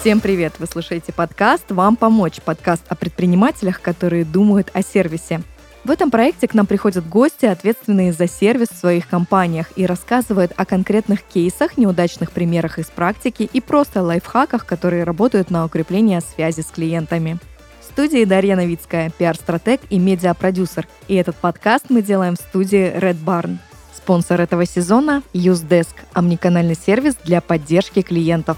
Всем привет! Вы слушаете подкаст «Вам помочь» — подкаст о предпринимателях, которые думают о сервисе. В этом проекте к нам приходят гости, ответственные за сервис в своих компаниях, и рассказывают о конкретных кейсах, неудачных примерах из практики и просто лайфхаках, которые работают на укрепление связи с клиентами. В студии Дарья Новицкая, пиар-стратег и медиапродюсер. И этот подкаст мы делаем в студии Red Barn. Спонсор этого сезона — Usedesk, омниканальный сервис для поддержки клиентов.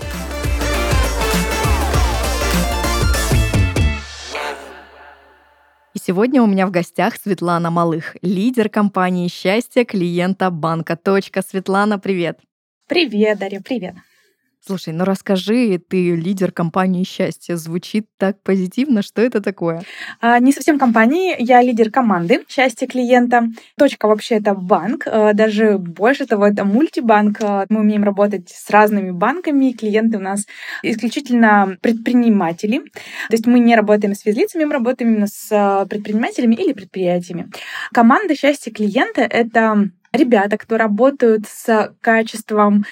И сегодня у меня в гостях Светлана Малых, лидер компании счастья клиента банка «Точка». Светлана, привет! Привет, Дарья, привет! Слушай, ну расскажи, ты лидер компании счастья. Звучит так позитивно. Что это такое? Не совсем компании, я лидер команды счастья клиента. Точка вообще это банк, даже больше того, это мультибанк. Мы умеем работать с разными банками, клиенты у нас исключительно предприниматели. То есть мы не работаем с физлицами, мы работаем именно с предпринимателями или предприятиями. Команда счастья клиента — это ребята, кто работают с качеством,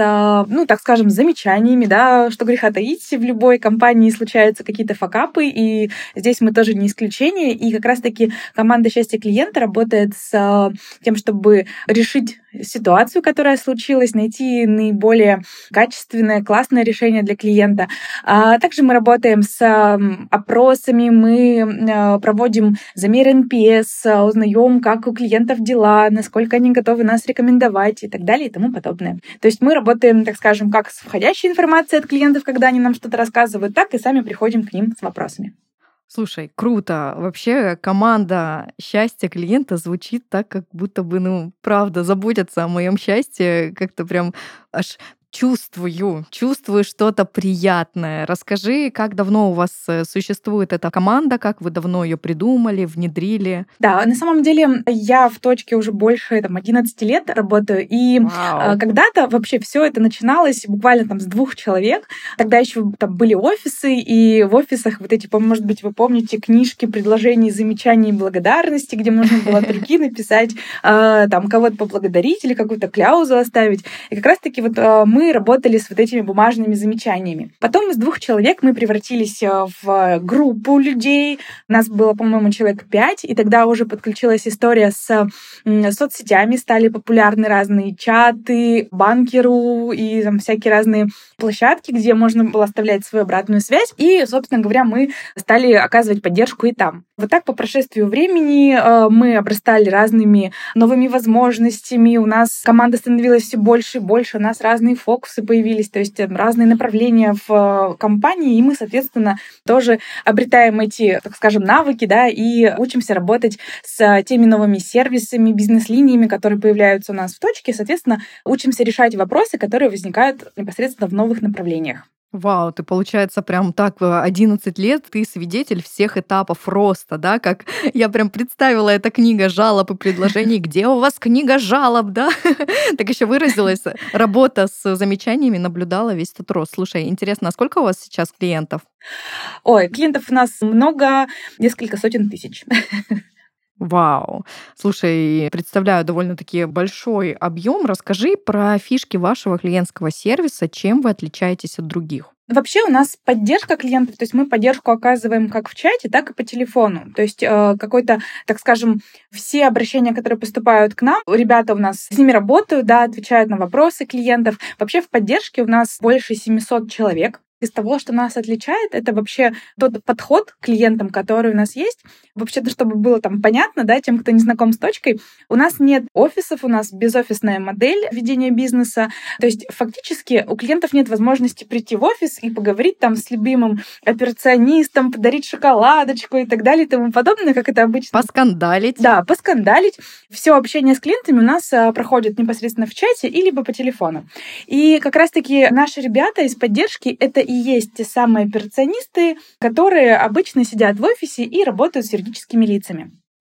так скажем, замечаниями, да, что греха таить, в любой компании случаются какие-то факапы, и здесь мы тоже не исключение, и как раз-таки команда счастья клиента работает с тем, чтобы решить ситуацию, которая случилась, найти наиболее качественное, классное решение для клиента. Также мы работаем с опросами, мы проводим замер NPS, узнаем, как у клиентов дела, насколько они готовы нас рекомендовать и так далее и тому подобное. То есть мы работаем, так скажем, как с входящей информацией от клиентов, когда они нам что-то рассказывают, так и сами приходим к ним с вопросами. Слушай, круто. Вообще команда счастья клиента звучит так, как будто бы, правда, заботятся о моем счастье. Как-то прям аж чувствую что-то приятное. Расскажи, как давно у вас существует эта команда, как вы давно ее придумали, внедрили? Да, на самом деле я в точке уже больше 11 лет работаю, и когда-то вообще все это начиналось буквально с 2 человек. Тогда еще были офисы, и в офисах может быть, вы помните книжки предложений, замечаний, благодарности, где можно было от руки написать, кого-то поблагодарить или какую-то кляузу оставить. И как раз-таки мы работали с этими бумажными замечаниями. Потом из 2 человек мы превратились в группу людей. У нас было, по-моему, человек 5, и тогда уже подключилась история с соцсетями, стали популярны разные чаты, банкиру и всякие разные площадки, где можно было оставлять свою обратную связь. И, собственно говоря, мы стали оказывать поддержку и там. Вот так по прошествию времени мы обрастали разными новыми возможностями. У нас команда становилась все больше и больше, у нас разные фокусы появились, то есть разные направления в компании, и мы, соответственно, тоже обретаем эти, так скажем, навыки, да, и учимся работать с теми новыми сервисами, бизнес-линиями, которые появляются у нас в точке, соответственно, учимся решать вопросы, которые возникают непосредственно в новых направлениях. Вау, ты, получается, прям так 11 лет, ты свидетель всех этапов роста, да, как я прям представила, эта книга жалоб и предложений, где у вас книга жалоб, да? Так еще выразилась, работа с замечаниями, наблюдала весь этот рост. Слушай, интересно, а сколько у вас сейчас клиентов? Ой, клиентов у нас много, несколько сотен тысяч. Вау. Слушай, представляю довольно-таки большой объем. Расскажи про фишки вашего клиентского сервиса, чем вы отличаетесь от других. Вообще у нас поддержка клиентов, то есть мы поддержку оказываем как в чате, так и по телефону. То есть какой-то, так скажем, все обращения, которые поступают к нам, ребята у нас с ними работают, да, отвечают на вопросы клиентов. Вообще в поддержке у нас больше 700 человек. Из того, что нас отличает, это вообще тот подход к клиентам, который у нас есть. Вообще-то, чтобы было понятно, да, тем, кто не знаком с точкой, у нас нет офисов, у нас безофисная модель ведения бизнеса. То есть фактически у клиентов нет возможности прийти в офис и поговорить с любимым операционистом, подарить шоколадочку и так далее и тому подобное, как это обычно. Поскандалить. Да, поскандалить. Все общение с клиентами у нас проходит непосредственно в чате или по телефону. И как раз-таки наши ребята из поддержки — это и есть те самые операционисты, которые обычно сидят в офисе и работают с юридическими лицами.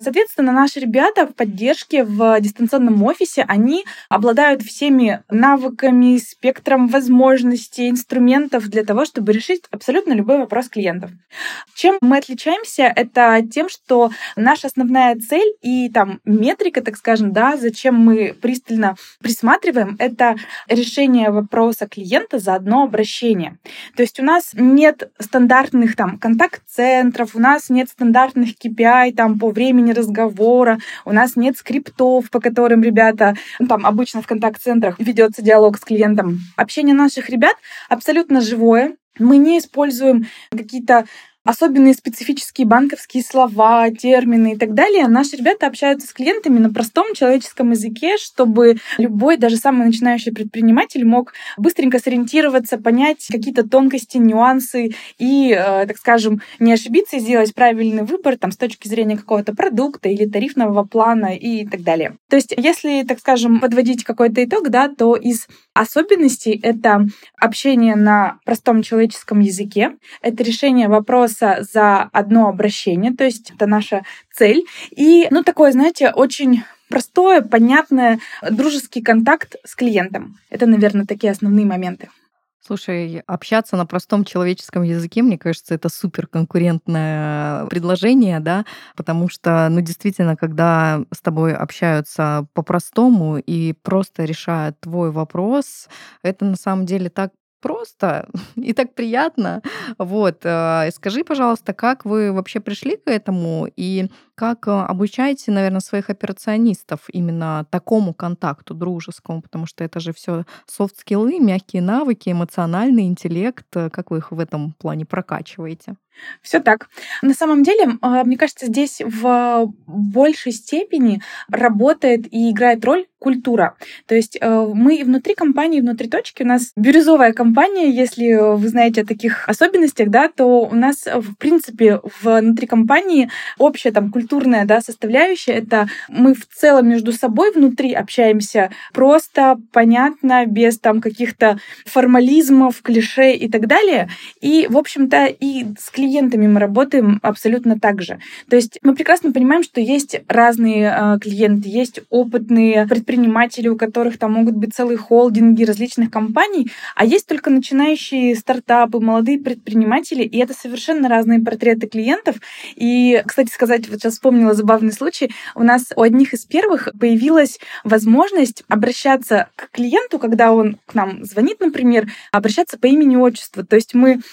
Соответственно, наши ребята в поддержке в дистанционном офисе, они обладают всеми навыками, спектром возможностей, инструментов для того, чтобы решить абсолютно любой вопрос клиентов. Чем мы отличаемся? Это тем, что наша основная цель и там метрика, так скажем, да, зачем мы пристально присматриваем, это решение вопроса клиента за одно обращение. То есть у нас нет стандартных там контакт-центров, у нас нет стандартных KPI там по времени разговора, у нас нет скриптов, по которым ребята, там обычно в контакт-центрах ведется диалог с клиентом. Общение наших ребят абсолютно живое. Мы не используем какие-то особенные специфические банковские слова, термины и так далее. Наши ребята общаются с клиентами на простом человеческом языке, чтобы любой, даже самый начинающий предприниматель мог быстренько сориентироваться, понять какие-то тонкости, нюансы и, так скажем, не ошибиться и сделать правильный выбор там, с точки зрения какого-то продукта или тарифного плана и так далее. То есть, если, так скажем, подводить какой-то итог, да, то из особенностей это общение на простом человеческом языке, это решение вопроса за одно обращение, то есть это наша цель. И, такое, знаете, очень простое, понятное, дружеский контакт с клиентом. Это, наверное, такие основные моменты. Слушай, общаться на простом человеческом языке, мне кажется, это суперконкурентное предложение, да, потому что, действительно, когда с тобой общаются по-простому и просто решают твой вопрос, это на самом деле так просто и так приятно. Вот. Скажи, пожалуйста, как вы вообще пришли к этому и как обучаете, наверное, своих операционистов именно такому контакту дружескому, потому что это же все софт-скиллы, мягкие навыки, эмоциональный интеллект. Как вы их в этом плане прокачиваете? Все так. На самом деле, мне кажется, здесь в большей степени работает и играет роль культура. То есть мы и внутри компании, внутри точки, у нас бирюзовая компания, если вы знаете о таких особенностях, да, то у нас, в принципе, внутри компании общая там культурная, да, составляющая, это мы в целом между собой внутри общаемся просто, понятно, без там каких-то формализмов, клише и так далее. И, в общем-то, и с клиентами мы работаем абсолютно так же. То есть мы прекрасно понимаем, что есть разные клиенты, есть опытные предприниматели, у которых там могут быть целые холдинги различных компаний, а есть только начинающие стартапы, молодые предприниматели, и это совершенно разные портреты клиентов. И, кстати сказать, вот сейчас вспомнила забавный случай, у нас у одних из первых появилась возможность обращаться к клиенту, когда он к нам звонит, например, обращаться по имени-отчеству. То есть мы,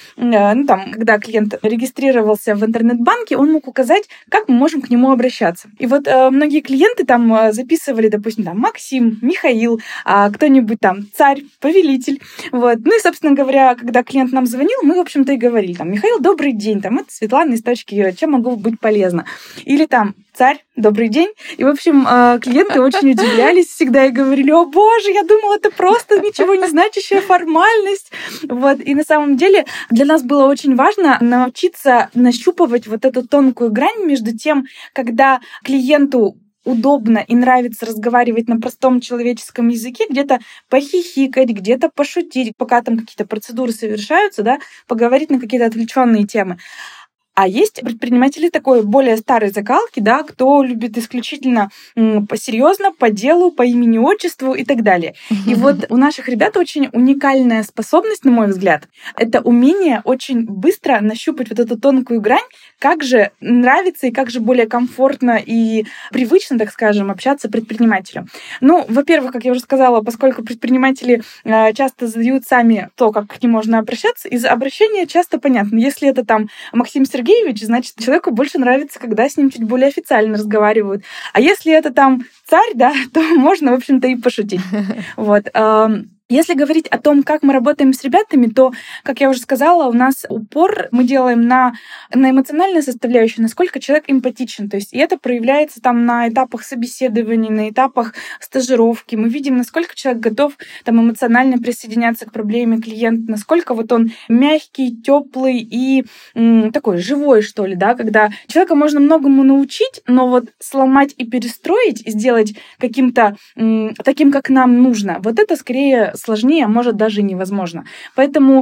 когда клиент регистрировался в интернет-банке, он мог указать, как мы можем к нему обращаться. И вот многие клиенты там записывали, допустим, там Максим, Михаил, кто-нибудь там Царь, Повелитель. Вот. И, собственно говоря, когда клиент нам звонил, мы, в общем-то, и говорили, там, Михаил, добрый день, там, это Светлана из точки, чем могу быть полезна. Или там, Царь, добрый день. И, в общем, клиенты очень удивлялись всегда и говорили, о боже, я думала, это просто ничего не значащая формальность. Вот. И на самом деле для нас было очень важно научиться нащупывать вот эту тонкую грань между тем, когда клиенту удобно и нравится разговаривать на простом человеческом языке, где-то похихикать, где-то пошутить, пока там какие-то процедуры совершаются, да, поговорить на какие-то отвлеченные темы. А есть предприниматели такой более старой закалки, да, кто любит исключительно серьезно, по делу, по имени-отчеству и так далее. И вот у наших ребят очень уникальная способность, на мой взгляд, это умение очень быстро нащупать вот эту тонкую грань, как же нравится и как же более комфортно и привычно, так скажем, общаться предпринимателю. Во-первых, как я уже сказала, поскольку предприниматели часто задают сами то, как к ним можно обращаться, из обращения часто понятно. Если это там Максим Сергеевич, значит, человеку больше нравится, когда с ним чуть более официально разговаривают. А если это там Царь, да, то можно, в общем-то, и пошутить. Вот. Если говорить о том, как мы работаем с ребятами, то, как я уже сказала, у нас упор мы делаем на эмоциональную составляющую, насколько человек эмпатичен. То есть и это проявляется там на этапах собеседований, на этапах стажировки. Мы видим, насколько человек готов там эмоционально присоединяться к проблеме клиента, насколько вот он мягкий, теплый и такой живой, что ли, да, когда человека можно многому научить, но вот сломать и перестроить, и сделать каким-то таким, как нам нужно, вот это скорее сложнее, а может даже невозможно. Поэтому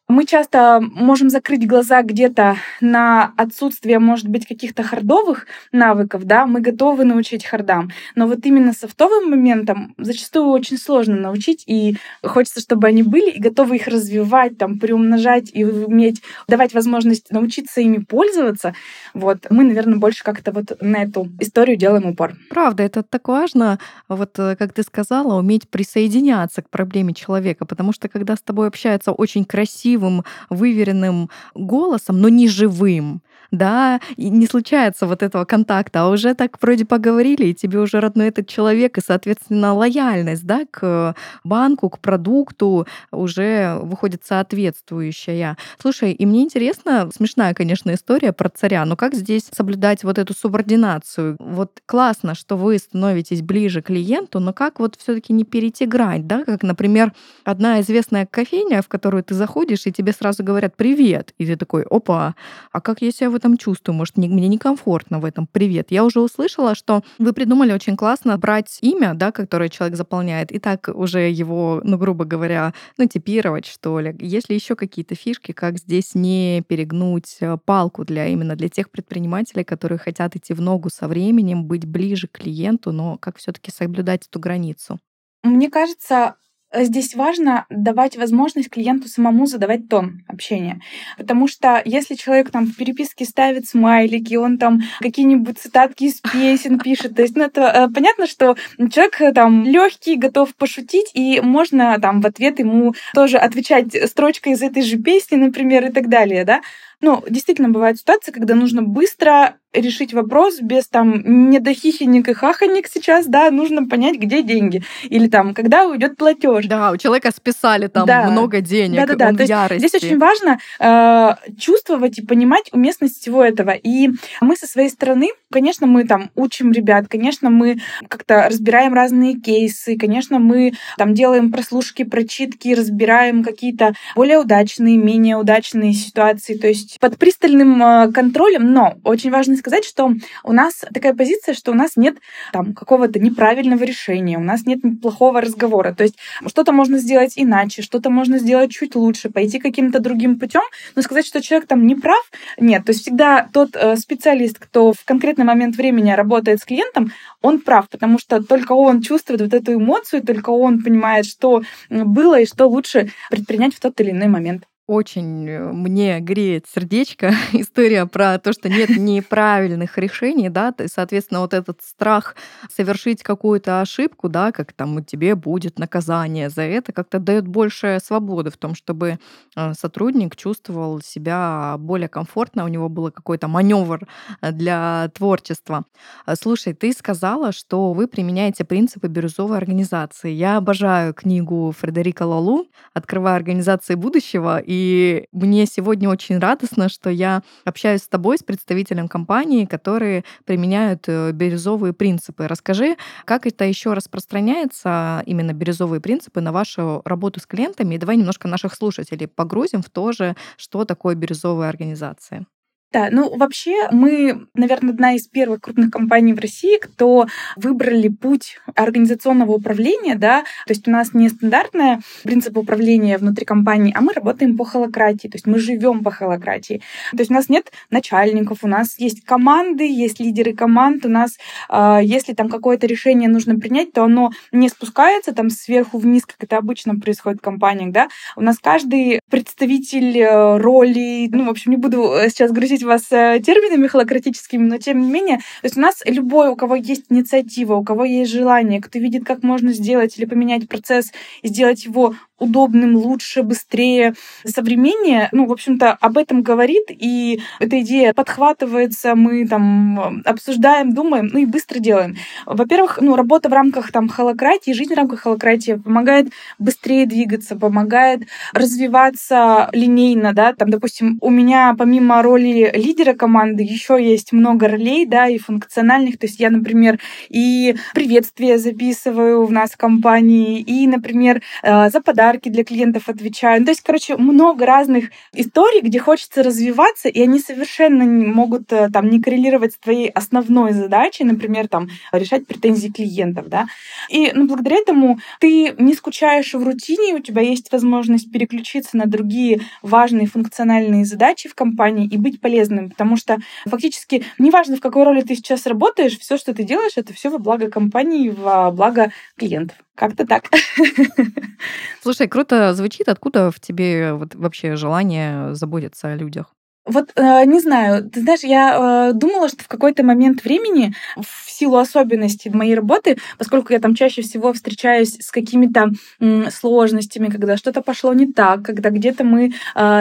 Мы часто можем закрыть глаза где-то на отсутствие, может быть, каких-то хардовых навыков, да, мы готовы научить хардам, но вот именно софтовым моментом зачастую очень сложно научить, и хочется, чтобы они были, и готовы их развивать, там, приумножать и уметь давать возможность научиться ими пользоваться. Вот мы, наверное, больше как-то вот на эту историю делаем упор. Правда, это так важно, вот как ты сказала, уметь присоединяться к проблеме человека, потому что когда с тобой общаются очень красивым, выверенным голосом, но не живым, да, и не случается вот этого контакта, а уже так вроде поговорили, и тебе уже родной этот человек, и, соответственно, лояльность, да, к банку, к продукту уже выходит соответствующая. Слушай, и мне интересно, смешная, конечно, история про царя, но как здесь соблюдать вот эту субординацию? Вот классно, что вы становитесь ближе к клиенту, но как вот все-таки не перетяграть, да, как, например, одна известная кофейня, в которую ты заходишь, и тебе сразу говорят «привет», и ты такой «опа, а как я себя в этом чувствую? Может, мне некомфортно в этом «привет». Я уже услышала, что вы придумали очень классно брать имя, да, которое человек заполняет, и так уже его, ну, грубо говоря, ну, типировать, что ли. Есть ли еще какие-то фишки, как здесь не перегнуть палку именно для тех предпринимателей, которые хотят идти в ногу со временем, быть ближе к клиенту, но как все-таки соблюдать эту границу? Мне кажется, здесь важно давать возможность клиенту самому задавать тон общения. Потому что если человек там в переписке ставит смайлики, он там какие-нибудь цитатки из песен пишет, то есть, ну, это понятно, что человек там легкий, готов пошутить, и можно там в ответ ему тоже отвечать строчкой из этой же песни, например, и так далее, да. Ну, действительно, бывают ситуации, когда нужно быстро решить вопрос без там недохихинек и хаханек сейчас, да, нужно понять, где деньги. Или там, когда уйдет платеж. Да, у человека списали там много денег, да. он в ярости. Здесь очень важно чувствовать и понимать уместность всего этого. И мы со своей стороны, конечно, мы там учим ребят, конечно, мы как-то разбираем разные кейсы, конечно, мы там делаем прослушки, прочитки, разбираем какие-то более удачные, менее удачные ситуации, то есть под пристальным контролем, но очень важно сказать, что у нас такая позиция, что у нас нет там какого-то неправильного решения, у нас нет плохого разговора. То есть что-то можно сделать иначе, что-то можно сделать чуть лучше, пойти каким-то другим путем, но сказать, что человек там не прав, нет. То есть всегда тот специалист, кто в конкретный момент времени работает с клиентом, он прав, потому что только он чувствует вот эту эмоцию, только он понимает, что было и что лучше предпринять в тот или иной момент. Очень мне греет сердечко история про то, что нет неправильных решений, да, соответственно, вот этот страх совершить какую-то ошибку, да, как там у тебя будет наказание за это, как-то дает больше свободы в том, чтобы сотрудник чувствовал себя более комфортно, у него был какой-то маневр для творчества. Слушай, ты сказала, что вы применяете принципы бирюзовой организации. Я обожаю книгу Фредерика Лалу «Открывая организации будущего», и мне сегодня очень радостно, что я общаюсь с тобой, с представителем компании, которые применяют бирюзовые принципы. Расскажи, как это еще распространяется, именно бирюзовые принципы, на вашу работу с клиентами. И давай немножко наших слушателей погрузим в то же, что такое бирюзовая организация. Да, ну вообще мы, наверное, одна из первых крупных компаний в России, кто выбрали путь организационного управления, да, то есть у нас не стандартные принципы управления внутри компании, а мы работаем по холакратии, то есть мы живем по холакратии. То есть у нас нет начальников, у нас есть команды, есть лидеры команд, у нас, если там какое-то решение нужно принять, то оно не спускается там сверху вниз, как это обычно происходит в компаниях, да, у нас каждый представитель роли, ну, в общем, не буду сейчас грузить вас терминами холакратическими, но тем не менее, то есть у нас любой, у кого есть инициатива, у кого есть желание, кто видит, как можно сделать или поменять процесс и сделать его удобным, лучше, быстрее, современнее, ну, в общем-то, об этом говорит, и эта идея подхватывается, мы там обсуждаем, думаем, ну и быстро делаем. Во-первых, ну, работа в рамках там холакратии, жизнь в рамках холакратии помогает быстрее двигаться, помогает развиваться линейно, да, там, допустим, у меня помимо роли лидера команды еще есть много ролей, да, и функциональных, то есть я, например, и приветствия записываю в нас в компании, и, например, за подарки подарки для клиентов отвечаю. Ну, то есть, короче, много разных историй, где хочется развиваться, и они совершенно не могут там не коррелировать с твоей основной задачей, например, там решать претензии клиентов, да. И благодаря этому ты не скучаешь в рутине, у тебя есть возможность переключиться на другие важные функциональные задачи в компании и быть полезным, потому что фактически неважно, в какой роли ты сейчас работаешь, все, что ты делаешь, это все во благо компании, во благо клиентов. Как-то так. Слушай, круто звучит. Откуда в тебе вот вообще желание заботиться о людях? Не знаю, ты знаешь, я думала, что в какой-то момент времени, в силу особенностей моей работы, поскольку я там чаще всего встречаюсь с какими-то сложностями, когда что-то пошло не так, когда где-то мы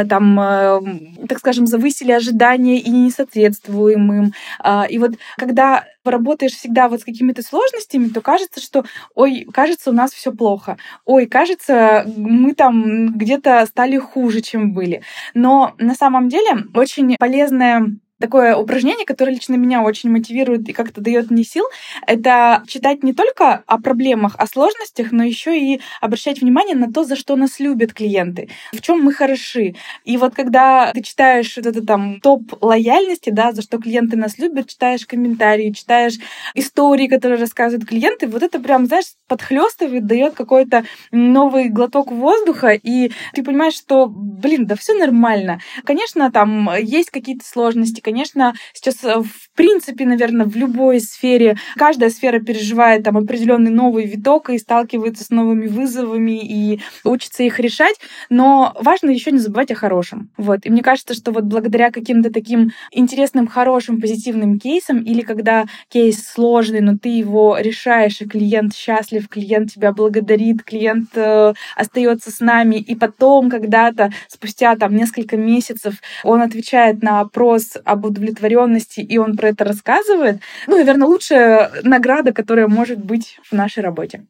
так скажем, завысили ожидания и не соответствуем им. И вот когда работаешь всегда вот с какими-то сложностями, то кажется, что, ой, кажется, у нас все плохо. Ой, кажется, мы там где-то стали хуже, чем были. Но на самом деле очень полезное такое упражнение, которое лично меня очень мотивирует и как-то дает мне сил, это читать не только о проблемах, о сложностях, но еще и обращать внимание на то, за что нас любят клиенты, в чем мы хороши. И вот когда ты читаешь вот это там топ лояльности, да, за что клиенты нас любят, читаешь комментарии, читаешь истории, которые рассказывают клиенты, вот это прям, знаешь, подхлёстывает, дает какой-то новый глоток воздуха, и ты понимаешь, что, да все нормально. Конечно, там есть какие-то сложности, конечно, сейчас, в принципе, наверное, в любой сфере, каждая сфера переживает там определенный новый виток и сталкивается с новыми вызовами и учится их решать, но важно еще не забывать о хорошем. И мне кажется, что вот благодаря каким-то таким интересным, хорошим, позитивным кейсам, или когда кейс сложный, но ты его решаешь, и клиент счастлив, клиент тебя благодарит, клиент остается с нами, и потом когда-то, спустя там несколько месяцев, он отвечает на опрос об удовлетворенности, и он про это рассказывает. Наверное, лучшая награда, которая может быть в нашей работе.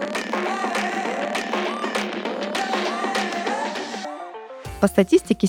По статистике,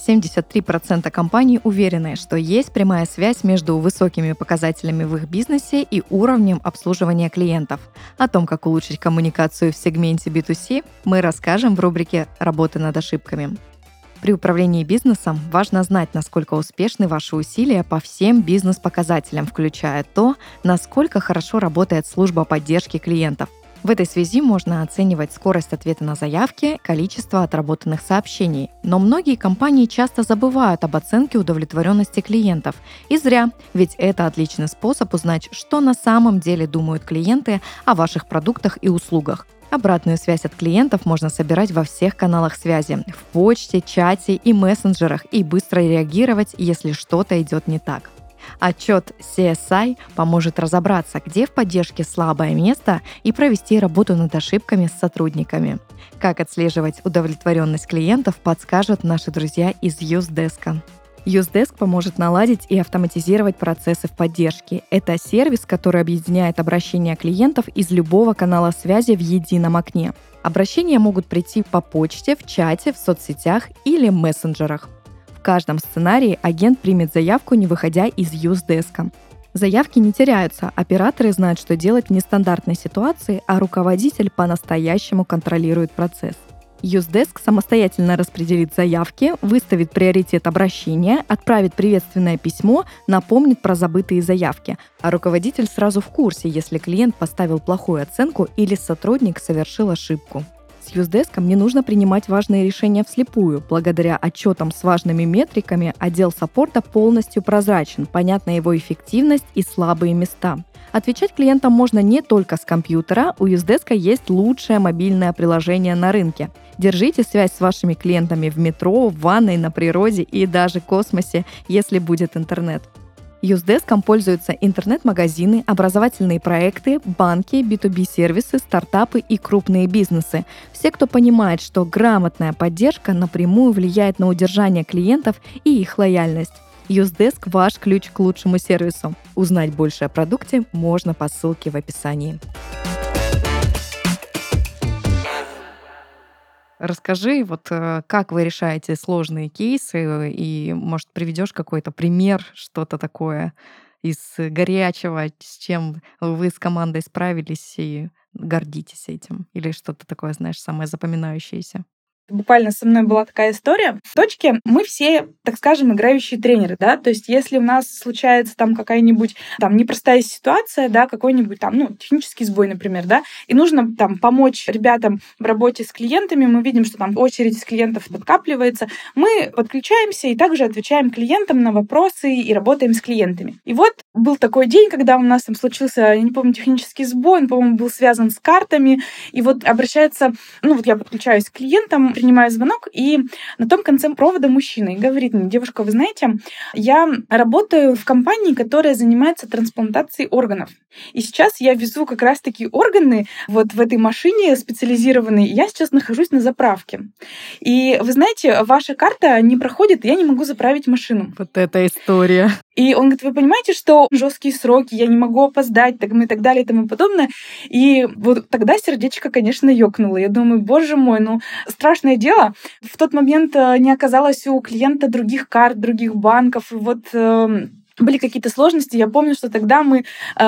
73% компаний уверены, что есть прямая связь между высокими показателями в их бизнесе и уровнем обслуживания клиентов. О том, как улучшить коммуникацию в сегменте B2C, мы расскажем в рубрике «Работа над ошибками». При управлении бизнесом важно знать, насколько успешны ваши усилия по всем бизнес-показателям, включая то, насколько хорошо работает служба поддержки клиентов. В этой связи можно оценивать скорость ответа на заявки, количество отработанных сообщений. Но многие компании часто забывают об оценке удовлетворенности клиентов. И зря, ведь это отличный способ узнать, что на самом деле думают клиенты о ваших продуктах и услугах. Обратную связь от клиентов можно собирать во всех каналах связи – в почте, чате и мессенджерах и быстро реагировать, если что-то идет не так. Отчет CSI поможет разобраться, где в поддержке слабое место, и провести работу над ошибками с сотрудниками. Как отслеживать удовлетворенность клиентов, подскажут наши друзья из Usedesk. Usedesk поможет наладить и автоматизировать процессы в поддержке. Это сервис, который объединяет обращения клиентов из любого канала связи в едином окне. Обращения могут прийти по почте, в чате, в соцсетях или мессенджерах. В каждом сценарии агент примет заявку, не выходя из Usedesk. Заявки не теряются, операторы знают, что делать в нестандартной ситуации, а руководитель по-настоящему контролирует процесс. Usedesk самостоятельно распределит заявки, выставит приоритет обращения, отправит приветственное письмо, напомнит про забытые заявки, а руководитель сразу в курсе, если клиент поставил плохую оценку или сотрудник совершил ошибку. С Usedesk не нужно принимать важные решения вслепую. Благодаря отчетам с важными метриками отдел саппорта полностью прозрачен, понятна его эффективность и слабые места. Отвечать клиентам можно не только с компьютера, у Usedesk есть лучшее мобильное приложение на рынке. Держите связь с вашими клиентами в метро, в ванной, на природе и даже в космосе, если будет интернет. Usedesk пользуются интернет-магазины, образовательные проекты, банки, B2B-сервисы, стартапы и крупные бизнесы. Все, кто понимает, что грамотная поддержка напрямую влияет на удержание клиентов и их лояльность. Usedesk – ваш ключ к лучшему сервису. Узнать больше о продукте можно по ссылке в описании. Расскажи, как вы решаете сложные кейсы, и, может, приведешь какой-то пример, что-то такое из горячего, с чем вы с командой справились и гордитесь этим, или что-то такое, знаешь, самое запоминающееся. Буквально со мной была такая история. В точке мы все, так скажем, играющие тренеры, да, то есть если у нас случается там какая-нибудь там непростая ситуация, да, какой-нибудь там, технический сбой, например, да, и нужно там помочь ребятам в работе с клиентами, мы видим, что там очередь из клиентов подкапливается, мы подключаемся и также отвечаем клиентам на вопросы и работаем с клиентами. И вот был такой день, когда у нас там случился, я не помню, технический сбой, он, по-моему, был связан с картами, и вот обращается, я подключаюсь к клиентам, принимаю звонок, и на том конце провода мужчина и говорит мне: девушка, вы знаете, я работаю в компании, которая занимается трансплантацией органов. И сейчас я везу как раз-таки органы вот в этой машине специализированной, и я сейчас нахожусь на заправке. И вы знаете, ваша карта не проходит, и я не могу заправить машину. Вот эта история. И он говорит: вы понимаете, что жесткие сроки, я не могу опоздать, и так далее, и тому подобное. И вот тогда сердечко, конечно, ёкнуло. Я думаю, боже мой, страшное дело. В тот момент не оказалось у клиента других карт, других банков. И вот были какие-то сложности. Я помню, что тогда мы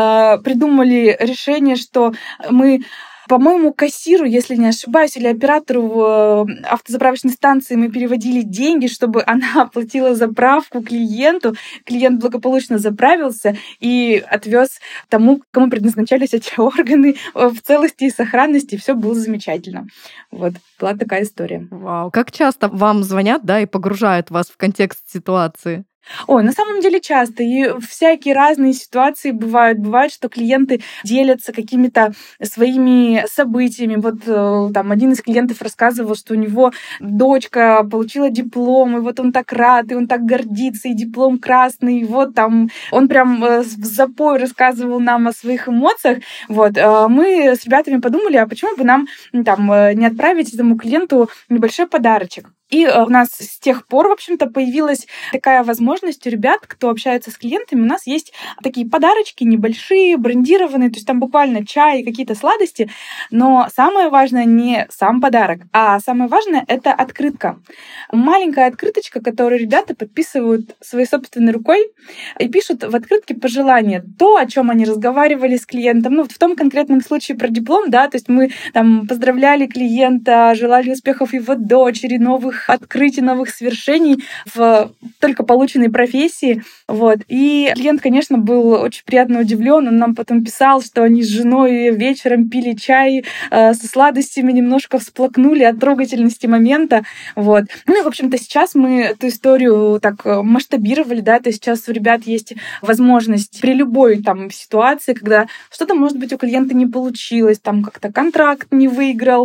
придумали решение, что мы, по-моему, кассиру, если не ошибаюсь, или оператору автозаправочной станции мы переводили деньги, чтобы она оплатила заправку клиенту. Клиент благополучно заправился и отвез тому, кому предназначались эти органы, в целости и сохранности. Все было замечательно. Вот, была такая история. Вау, как часто вам звонят, да, и погружают вас в контекст ситуации? Ой, на самом деле часто. И всякие разные ситуации бывают. Бывает, что клиенты делятся какими-то своими событиями. Вот там один из клиентов рассказывал, что у него дочка получила диплом, и вот он так рад, и он так гордится, и диплом красный, и вот там он прям в запой рассказывал нам о своих эмоциях. Вот. Мы с ребятами подумали, а почему бы нам там не отправить этому клиенту небольшой подарочек? И у нас с тех пор, в общем-то, появилась такая возможность у ребят, кто общается с клиентами. У нас есть такие подарочки небольшие, брендированные, то есть там буквально чай и какие-то сладости. Но самое важное не сам подарок, а самое важное — это открытка. Маленькая открыточка, которую ребята подписывают своей собственной рукой и пишут в открытке пожелания. То, о чем они разговаривали с клиентом. В том конкретном случае про диплом, да, то есть мы там поздравляли клиента, желали успехов его дочери, новых открытий, новых свершений в только полученной профессии. Вот. И клиент, конечно, был очень приятно удивлен. Он нам потом писал, что они с женой вечером пили чай со сладостями, немножко всплакнули от трогательности момента. Вот. И, в общем-то, сейчас мы эту историю так масштабировали, да, то есть сейчас у ребят есть возможность при любой там ситуации, когда что-то, может быть, у клиента не получилось, там как-то контракт не выиграл,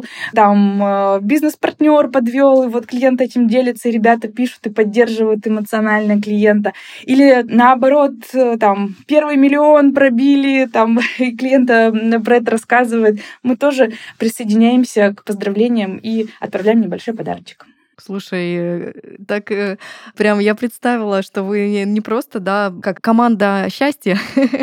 там бизнес-партнер подвел, и вот клиент этим делится, и ребята пишут и поддерживают эмоционально клиента. Или наоборот, там, 1 миллион пробили, там, и клиента про это рассказывает. Мы тоже присоединяемся к поздравлениям и отправляем небольшой подарочек. Слушай, так прям я представила, что вы не просто, да, как команда счастья,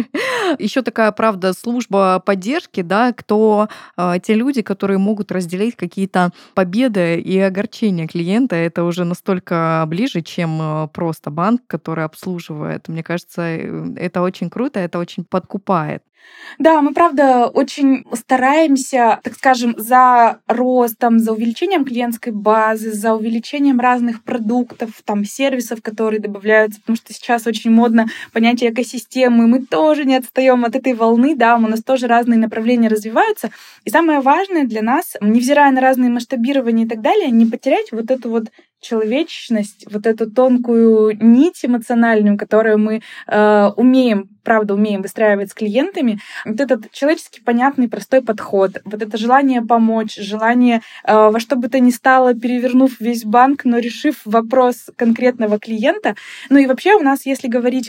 еще такая, правда, служба поддержки, да, кто те люди, которые могут разделить какие-то победы и огорчения клиента. Это уже настолько ближе, чем просто банк, который обслуживает. Мне кажется, это очень круто, это очень подкупает. Да, мы, правда, очень стараемся, так скажем, за ростом, за увеличением клиентской базы, за увеличением разных продуктов, там, сервисов, которые добавляются, потому что сейчас очень модно понятие экосистемы. Мы тоже не отстаем от этой волны, да, у нас тоже разные направления развиваются. И самое важное для нас, невзирая на разные масштабирования и так далее, не потерять вот эту вот человечность, вот эту тонкую нить эмоциональную, которую мы умеем выстраивать с клиентами. Вот этот человеческий, понятный, простой подход, вот это желание помочь, желание во что бы то ни стало, перевернув весь банк, но решив вопрос конкретного клиента. Ну и вообще у нас, если говорить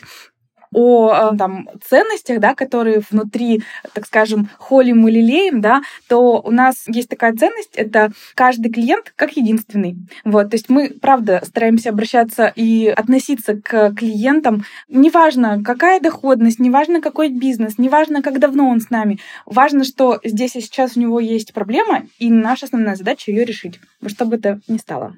о там, ценностях, да, которые внутри, так скажем, холим и лелеем, да, то у нас есть такая ценность — это каждый клиент как единственный. Вот, то есть мы, правда, стараемся обращаться и относиться к клиентам. Неважно, какая доходность, неважно, какой бизнес, неважно, как давно он с нами. Важно, что здесь и сейчас у него есть проблема, и наша основная задача ее решить, во что бы то ни стало.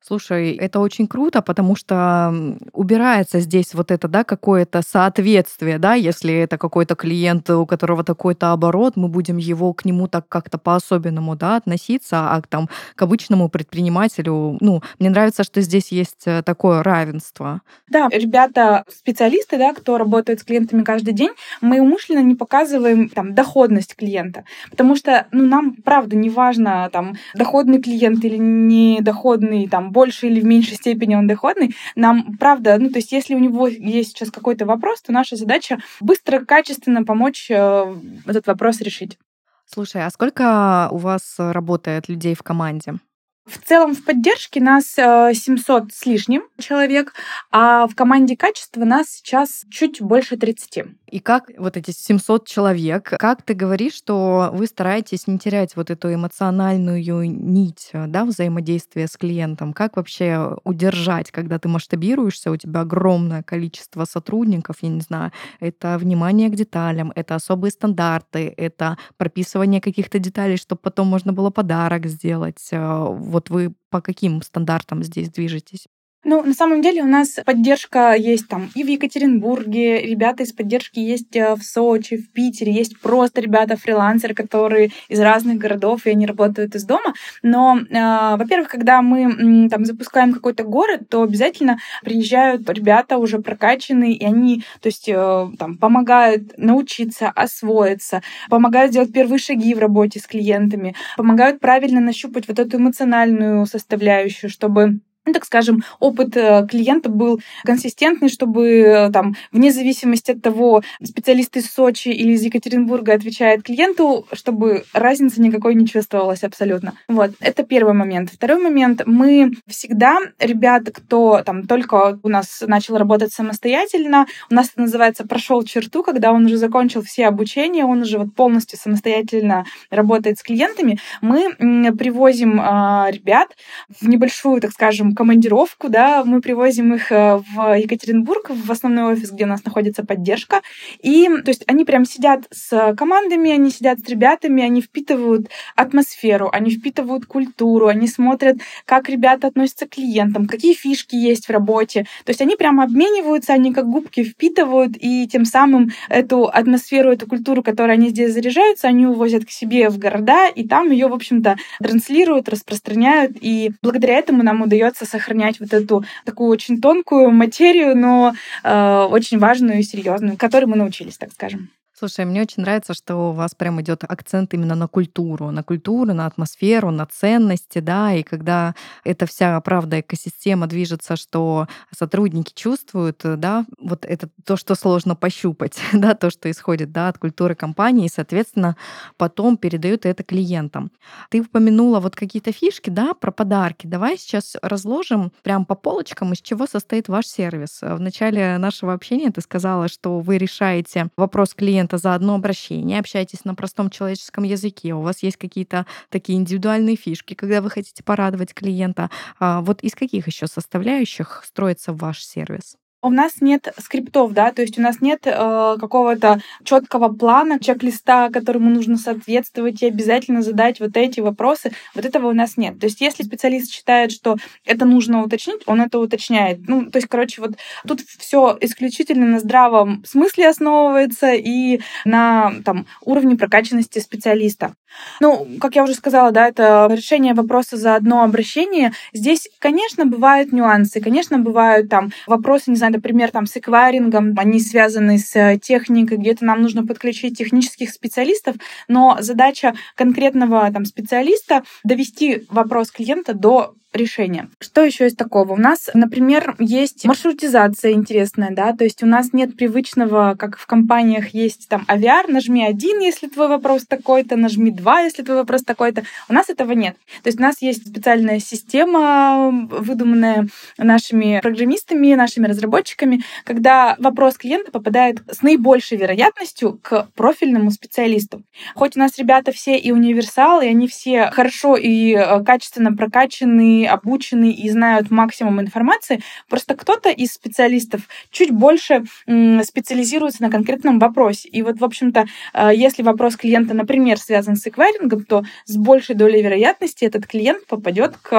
Слушай, это очень круто, потому что убирается здесь вот это, да, какое-то соответствие, да, если это какой-то клиент, у которого такой-то оборот, мы будем его к нему так как-то по-особенному, да, относиться, а там к обычному предпринимателю, ну, мне нравится, что здесь есть такое равенство. Да, ребята, специалисты, да, кто работает с клиентами каждый день, мы умышленно не показываем там доходность клиента, потому что, ну, нам правда не важно там доходный клиент или недоходный, там больше или в меньшей степени он доходный. Нам правда, ну, то есть если у него есть сейчас какой-то вопрос, то наша задача быстро, качественно помочь этот вопрос решить. Слушай, а сколько у вас работает людей в команде? В целом в поддержке нас 700 с лишним человек, а в команде качества нас сейчас чуть больше 30. И как вот эти 700 человек, как ты говоришь, что вы стараетесь не терять вот эту эмоциональную нить, да, взаимодействия с клиентом? Как вообще удержать, когда ты масштабируешься, у тебя огромное количество сотрудников, я не знаю, это внимание к деталям, это особые стандарты, это прописывание каких-то деталей, чтобы потом можно было подарок сделать. Вот вы по каким стандартам здесь движетесь? Ну, на самом деле у нас поддержка есть там и в Екатеринбурге, ребята из поддержки есть в Сочи, в Питере, есть просто ребята-фрилансеры, которые из разных городов, и они работают из дома. Но, во-первых, когда мы там запускаем какой-то город, то обязательно приезжают ребята уже прокачанные, и они, то есть, там, помогают научиться, освоиться, помогают сделать первые шаги в работе с клиентами, помогают правильно нащупать вот эту эмоциональную составляющую, чтобы, ну, так скажем, опыт клиента был консистентный, чтобы там, вне зависимости от того, специалист из Сочи или из Екатеринбурга отвечает клиенту, чтобы разницы никакой не чувствовалась абсолютно. Вот, это первый момент. Второй момент. Мы всегда, ребята, кто там только у нас начал работать самостоятельно, у нас это называется «прошел черту», когда он уже закончил все обучения, он уже вот полностью самостоятельно работает с клиентами, мы привозим ребят в небольшую, так скажем, командировку, да, мы привозим их в Екатеринбург, в основной офис, где у нас находится поддержка, и, то есть, они прям сидят с командами, они сидят с ребятами, они впитывают атмосферу, они впитывают культуру, они смотрят, как ребята относятся к клиентам, какие фишки есть в работе, то есть они прямо обмениваются, они как губки впитывают, и тем самым эту атмосферу, эту культуру, которой они здесь заряжаются, они увозят к себе в города, и там ее, в общем-то, транслируют, распространяют, и благодаря этому нам удается сохранять вот эту такую очень тонкую материю, но очень важную и серьезную, которой мы научились, так скажем. Слушай, мне очень нравится, что у вас прям идет акцент именно на культуру, на атмосферу, на ценности, да, и когда эта вся, правда, экосистема движется, что сотрудники чувствуют, да, вот это то, что сложно пощупать, да, то, что исходит, да, от культуры компании, и, соответственно, потом передают это клиентам. Ты упомянула вот какие-то фишки, да, про подарки. Давай сейчас разложим прям по полочкам, из чего состоит ваш сервис. В начале нашего общения ты сказала, что вы решаете вопрос клиента за одно обращение, общаетесь на простом человеческом языке, у вас есть какие-то такие индивидуальные фишки, когда вы хотите порадовать клиента. Вот из каких еще составляющих строится ваш сервис? У нас нет скриптов, да, то есть у нас нет какого-то четкого плана, чек-листа, которому нужно соответствовать и обязательно задать вот эти вопросы. Вот этого у нас нет. То есть если специалист считает, что это нужно уточнить, он это уточняет. Ну, то есть, короче, вот тут все исключительно на здравом смысле основывается и на там, уровне прокачанности специалиста. Ну, как я уже сказала, да, это решение вопроса за одно обращение. Здесь, конечно, бывают нюансы, конечно, бывают там вопросы, не знаю, например, там с эквайрингом, они связаны с техникой, где-то нам нужно подключить технических специалистов, но задача конкретного там специалиста довести вопрос клиента до решения. Что еще из такого? У нас, например, есть маршрутизация интересная, да, то есть у нас нет привычного, как в компаниях есть там AVR, нажми 1, если твой вопрос такой-то, нажми 2, если твой вопрос такой-то. У нас этого нет. То есть у нас есть специальная система, выдуманная нашими программистами, нашими разработчиками, когда вопрос клиента попадает с наибольшей вероятностью к профильному специалисту. Хоть у нас ребята все и универсалы, и они все хорошо и качественно прокачаны, обучены и знают максимум информации, просто кто-то из специалистов чуть больше специализируется на конкретном вопросе. И вот, в общем-то, если вопрос клиента, например, связан с эквайрингом, то с большей долей вероятности этот клиент попадет к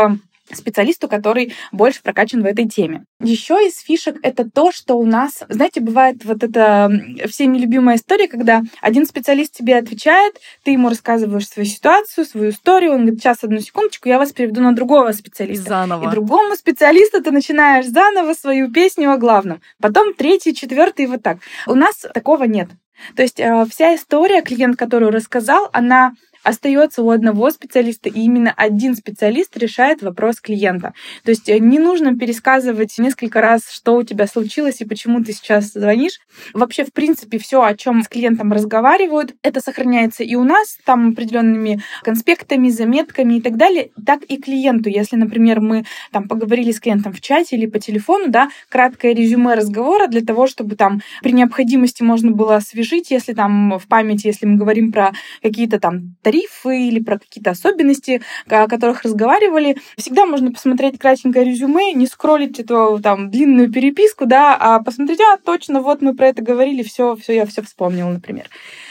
специалисту, который больше прокачан в этой теме. Еще из фишек это то, что у нас, знаете, бывает вот эта всеми любимая история, когда один специалист тебе отвечает, ты ему рассказываешь свою ситуацию, свою историю, он говорит, сейчас, одну секундочку, я вас переведу на другого специалиста. Заново. И другому специалисту ты начинаешь заново свою песню о главном. Потом третий, четвертый, вот так. У нас такого нет. То есть вся история, клиент, которую рассказал, она остается у одного специалиста, и именно один специалист решает вопрос клиента. То есть не нужно пересказывать несколько раз, что у тебя случилось и почему ты сейчас звонишь. Вообще, в принципе, все, о чем с клиентом разговаривают, это сохраняется и у нас, там определенными конспектами, заметками и так далее, так и клиенту. Если, например, мы там поговорили с клиентом в чате или по телефону, да, краткое резюме разговора для того, чтобы там при необходимости можно было освежить, если там в памяти, если мы говорим про какие-то там тарифы или про какие-то особенности, о которых разговаривали. Всегда можно посмотреть кратенькое резюме, не скроллить эту там длинную переписку, да, а посмотреть, точно, вот мы про это говорили, все, я все вспомнила, например.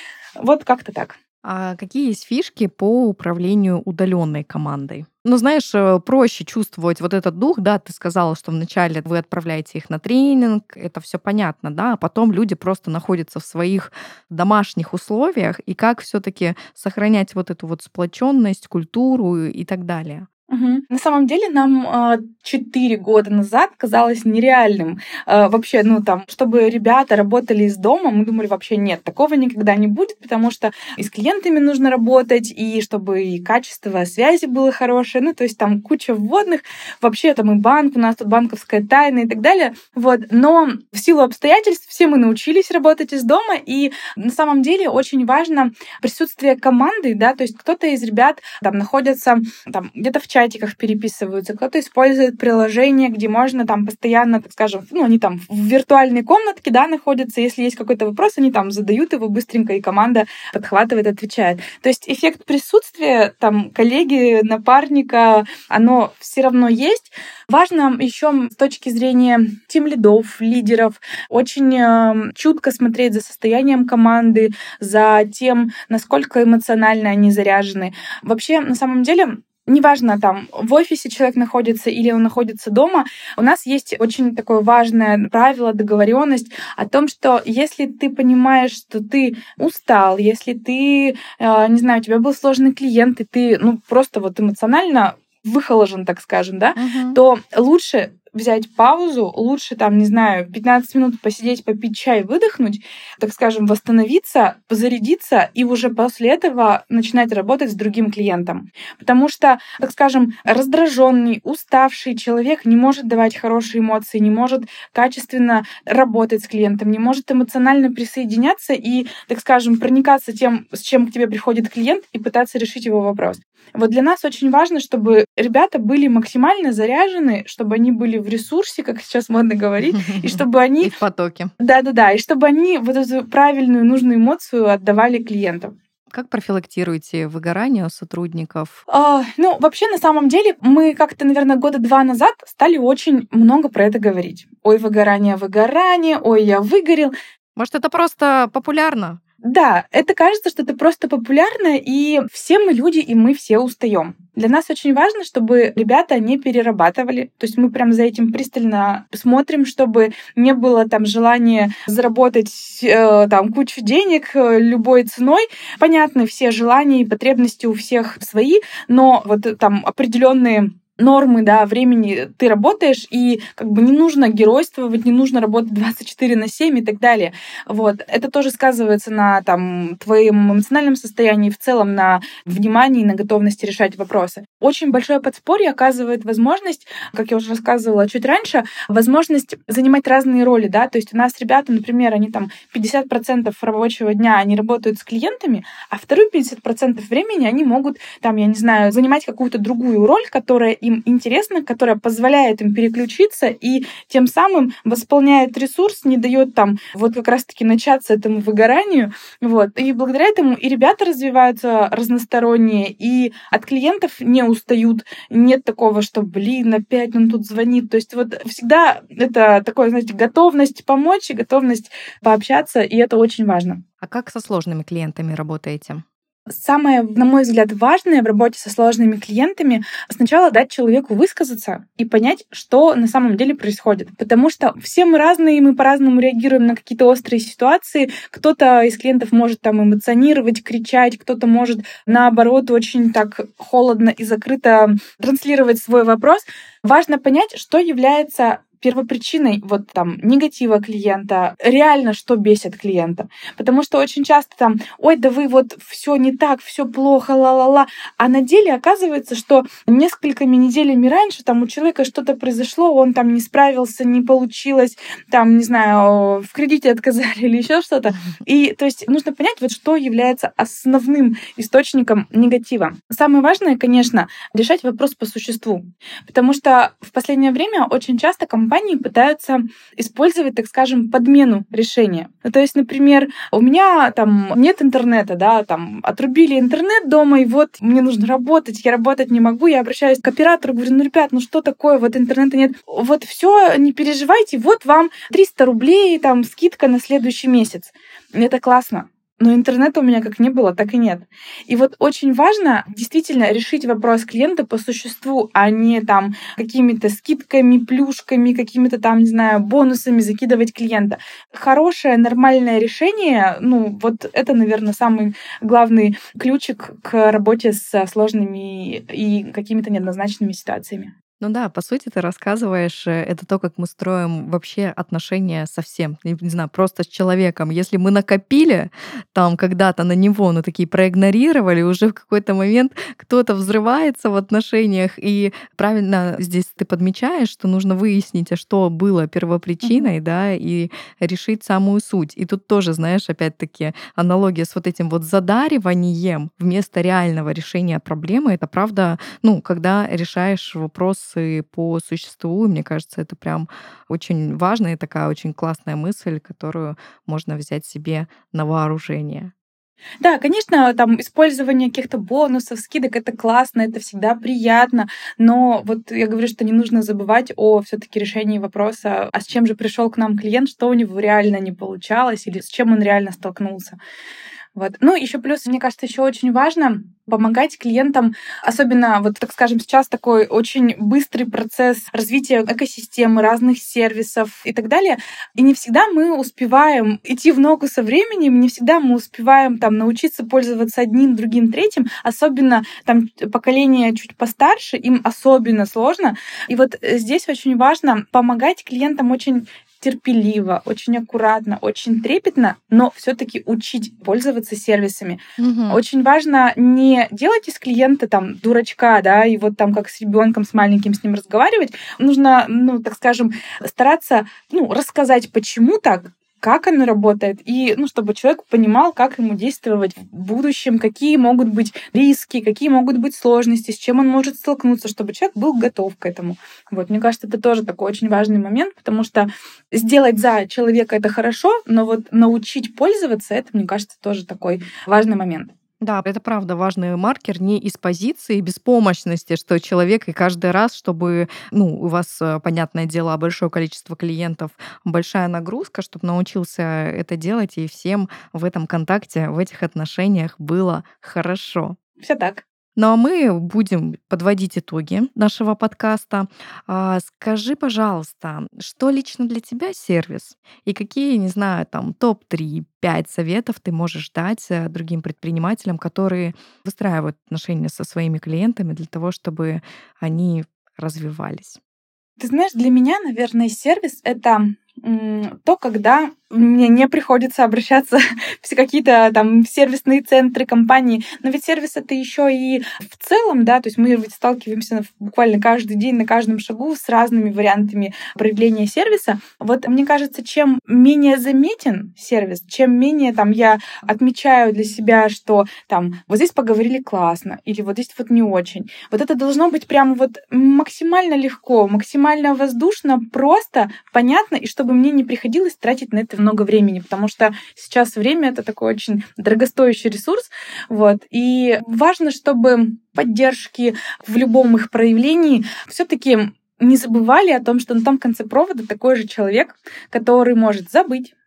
Вот как-то так. А какие есть фишки по управлению удаленной командой? Ну, знаешь, проще чувствовать вот этот дух, да, ты сказала, что вначале вы отправляете их на тренинг, это все понятно, да, а потом люди просто находятся в своих домашних условиях, и как все-таки сохранять вот эту вот сплоченность, культуру и так далее. Угу. На самом деле нам 4 года назад казалось нереальным вообще, чтобы ребята работали из дома, мы думали, вообще нет, такого никогда не будет, потому что и с клиентами нужно работать, и чтобы и качество связи было хорошее, то есть там куча вводных, вообще там и банк, у нас тут банковская тайна и так далее, вот, но в силу обстоятельств все мы научились работать из дома, и на самом деле очень важно присутствие команды, да, то есть кто-то из ребят там находится там где-то в чатиках переписываются, кто-то использует приложение, где можно там постоянно, так скажем, они там в виртуальной комнатке, да, находятся, если есть какой-то вопрос, они там задают его быстренько, и команда подхватывает, отвечает. То есть эффект присутствия, там, коллеги, напарника, оно все равно есть. Важно еще с точки зрения тимлидов, лидеров, очень чутко смотреть за состоянием команды, за тем, насколько эмоционально они заряжены. Вообще, на самом деле, неважно, там, в офисе человек находится или он находится дома, у нас есть очень такое важное правило, договоренность о том, что если ты понимаешь, что ты устал, если ты, не знаю, у тебя был сложный клиент, и ты, просто вот эмоционально выхоложен, так скажем, да, то лучше взять паузу, лучше, 15 минут посидеть, попить чай, выдохнуть, так скажем, восстановиться, позарядиться и уже после этого начинать работать с другим клиентом. Потому что, так скажем, раздраженный, уставший человек не может давать хорошие эмоции, не может качественно работать с клиентом, не может эмоционально присоединяться и, так скажем, проникаться тем, с чем к тебе приходит клиент, и пытаться решить его вопрос. Вот для нас очень важно, чтобы ребята были максимально заряжены, чтобы они были в ресурсе, как сейчас модно говорить, и чтобы они... И в потоке. Да, и чтобы они вот эту правильную, нужную эмоцию отдавали клиентам. Как профилактируете выгорание у сотрудников? Вообще, на самом деле, мы как-то, наверное, 2 года назад стали очень много про это говорить. Ой, выгорание, ой, я выгорел. Может, это просто популярно? Да, это кажется, что это просто популярно, и все мы люди, и мы все устаем. Для нас очень важно, чтобы ребята не перерабатывали. То есть мы прям за этим пристально смотрим, чтобы не было там желания заработать кучу денег любой ценой. Понятно, все желания и потребности у всех свои, но вот там определенные нормы, да, времени ты работаешь, и не нужно геройствовать, не нужно работать 24/7 и так далее. Вот. Это тоже сказывается на твоем эмоциональном состоянии, в целом на внимании и на готовности решать вопросы. Очень большое подспорье оказывает возможность, как я уже рассказывала чуть раньше, возможность занимать разные роли, да, то есть у нас ребята, например, они 50% рабочего дня они работают с клиентами, а вторую 50% времени они могут, занимать какую-то другую роль, которая им интересно, которая позволяет им переключиться и тем самым восполняет ресурс, не дает как раз-таки начаться этому выгоранию. Вот. И благодаря этому и ребята развиваются разносторонние, и от клиентов не устают. Нет такого, что, опять он тут звонит. То есть вот всегда это такое, готовность помочь и готовность пообщаться, и это очень важно. А как со сложными клиентами работаете? Самое, на мой взгляд, важное в работе со сложными клиентами — сначала дать человеку высказаться и понять, что на самом деле происходит. Потому что все мы разные, мы по-разному реагируем на какие-то острые ситуации. Кто-то из клиентов может там эмоционировать, кричать, кто-то может, наоборот, очень так холодно и закрыто транслировать свой вопрос. Важно понять, что является первопричиной вот там негатива клиента, реально что бесит клиента. Потому что очень часто там, ой, да вы вот все не так, все плохо, ла-ла-ла. А на деле оказывается, что несколькими неделями раньше там у человека что-то произошло, он там не справился, не получилось, там, не знаю, в кредите отказали или еще что-то. И то есть нужно понять, вот что является основным источником негатива. Самое важное, конечно, решать вопрос по существу. Потому что в последнее время очень часто компании пытаются использовать, так скажем, подмену решения. То есть, например, у меня там нет интернета, да, там отрубили интернет дома, и вот мне нужно работать, я работать не могу, я обращаюсь к оператору, говорю, ну, ребят, ну что такое, вот интернета нет, вот все, не переживайте, вот вам 300 рублей, там, скидка на следующий месяц. Это классно. Но интернета у меня как не было, так и нет. И вот очень важно действительно решить вопрос клиента по существу, а не там какими-то скидками, плюшками, какими-то там, не знаю, бонусами закидывать клиента. Хорошее, нормальное решение, ну вот это, наверное, самый главный ключик к работе с сложными и какими-то неоднозначными ситуациями. Ну да, по сути, ты рассказываешь, это то, как мы строим вообще отношения со всем, не знаю, просто с человеком. Если мы накопили там когда-то на него, ну такие проигнорировали, уже в какой-то момент кто-то взрывается в отношениях, и правильно здесь ты подмечаешь, что нужно выяснить, а что было первопричиной, да, и решить самую суть. И тут тоже, знаешь, опять-таки аналогия с вот этим вот задариванием вместо реального решения проблемы, это правда, ну, когда решаешь вопрос по существу. Мне кажется, это прям очень важная и такая очень классная мысль, которую можно взять себе на вооружение. Да, конечно, там использование каких-то бонусов, скидок — это классно, это всегда приятно, но вот я говорю, что не нужно забывать о все-таки решении вопроса, а с чем же пришел к нам клиент, что у него реально не получалось или с чем он реально столкнулся. Вот. Ну, еще плюс, мне кажется, еще очень важно помогать клиентам, особенно, вот так скажем, сейчас такой очень быстрый процесс развития экосистемы, разных сервисов и так далее. И не всегда мы успеваем идти в ногу со временем, не всегда мы успеваем там научиться пользоваться одним, другим, третьим. Особенно там поколение чуть постарше, им особенно сложно. И вот здесь очень важно помогать клиентам очень терпеливо, очень аккуратно, очень трепетно, но все-таки учить пользоваться сервисами. Очень важно не делать из клиента там дурачка, да, и вот там как с ребенком, с маленьким с ним разговаривать. Нужно, ну, так скажем, стараться, ну, рассказать, почему так, как оно работает, и, ну, чтобы человек понимал, как ему действовать в будущем, какие могут быть риски, какие могут быть сложности, с чем он может столкнуться, чтобы человек был готов к этому. Вот, мне кажется, это тоже такой очень важный момент, потому что сделать за человека — это хорошо, но вот научить пользоваться — это, мне кажется, тоже такой важный момент. Да, это правда важный маркер не из позиции беспомощности, что человек и каждый раз, чтобы, ну, у вас, понятное дело, большое количество клиентов, большая нагрузка, чтобы научился это делать, и всем в этом контакте, в этих отношениях было хорошо. Все так. Ну а мы будем подводить итоги нашего подкаста. Скажи, пожалуйста, что лично для тебя сервис? И какие, не знаю, там топ-3, 5 советов ты можешь дать другим предпринимателям, которые выстраивают отношения со своими клиентами для того, чтобы они развивались? Ты знаешь, для меня, наверное, сервис — это то, когда мне не приходится обращаться в какие-то там сервисные центры, компании. Но ведь сервис — это еще и в целом, да, то есть мы ведь сталкиваемся буквально каждый день, на каждом шагу с разными вариантами проявления сервиса. Вот мне кажется, чем менее заметен сервис, чем менее там я отмечаю для себя, что там вот здесь поговорили классно, или вот здесь вот не очень. Вот это должно быть прямо вот максимально легко, максимально воздушно, просто, понятно, и чтобы мне не приходилось тратить на это много времени, потому что сейчас время — это такой очень дорогостоящий ресурс. Вот. И важно, чтобы поддержки в любом их проявлении все-таки не забывали о том, что на том конце провода такой же человек, который может забыть,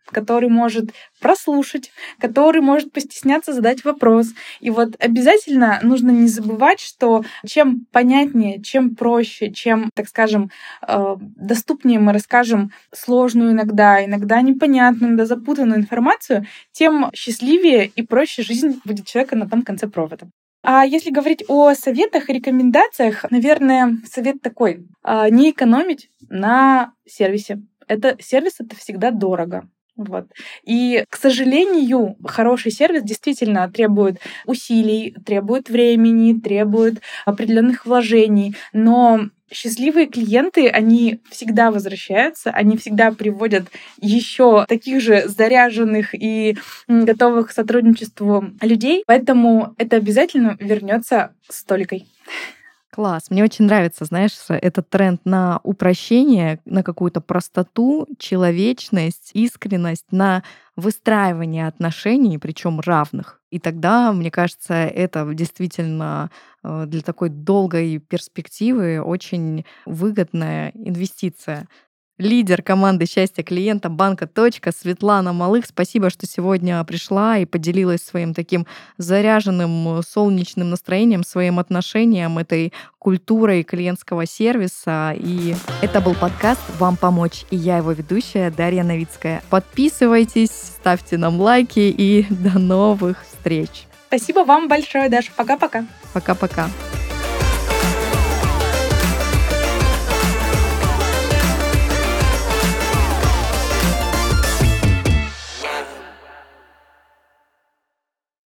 который может прослушать, который может постесняться задать вопрос. И вот обязательно нужно не забывать, что чем понятнее, чем проще, чем, так скажем, доступнее мы расскажем сложную иногда непонятную, иногда запутанную информацию, тем счастливее и проще жизнь будет человека на том конце провода. А если говорить о советах и рекомендациях, наверное, совет такой: не экономить на сервисе. Сервис — это всегда дорого. Вот. И, к сожалению, хороший сервис действительно требует усилий, требует времени, требует определенных вложений, но счастливые клиенты, они всегда возвращаются, они всегда приводят еще таких же заряженных и готовых к сотрудничеству людей, поэтому это обязательно вернется с толикой. Класс. Мне очень нравится, знаешь, этот тренд на упрощение, на какую-то простоту, человечность, искренность, на выстраивание отношений, причем равных. И тогда, мне кажется, это действительно для такой долгой перспективы очень выгодная инвестиция. Лидер команды счастья клиента банка «Точка» Светлана Малых. Спасибо, что сегодня пришла и поделилась своим таким заряженным солнечным настроением, своим отношением, этой культурой клиентского сервиса. И это был подкаст «Вам помочь». И я его ведущая Дарья Новицкая. Подписывайтесь, ставьте нам лайки и до новых встреч. Спасибо вам большое, Даша. Пока-пока. Пока-пока.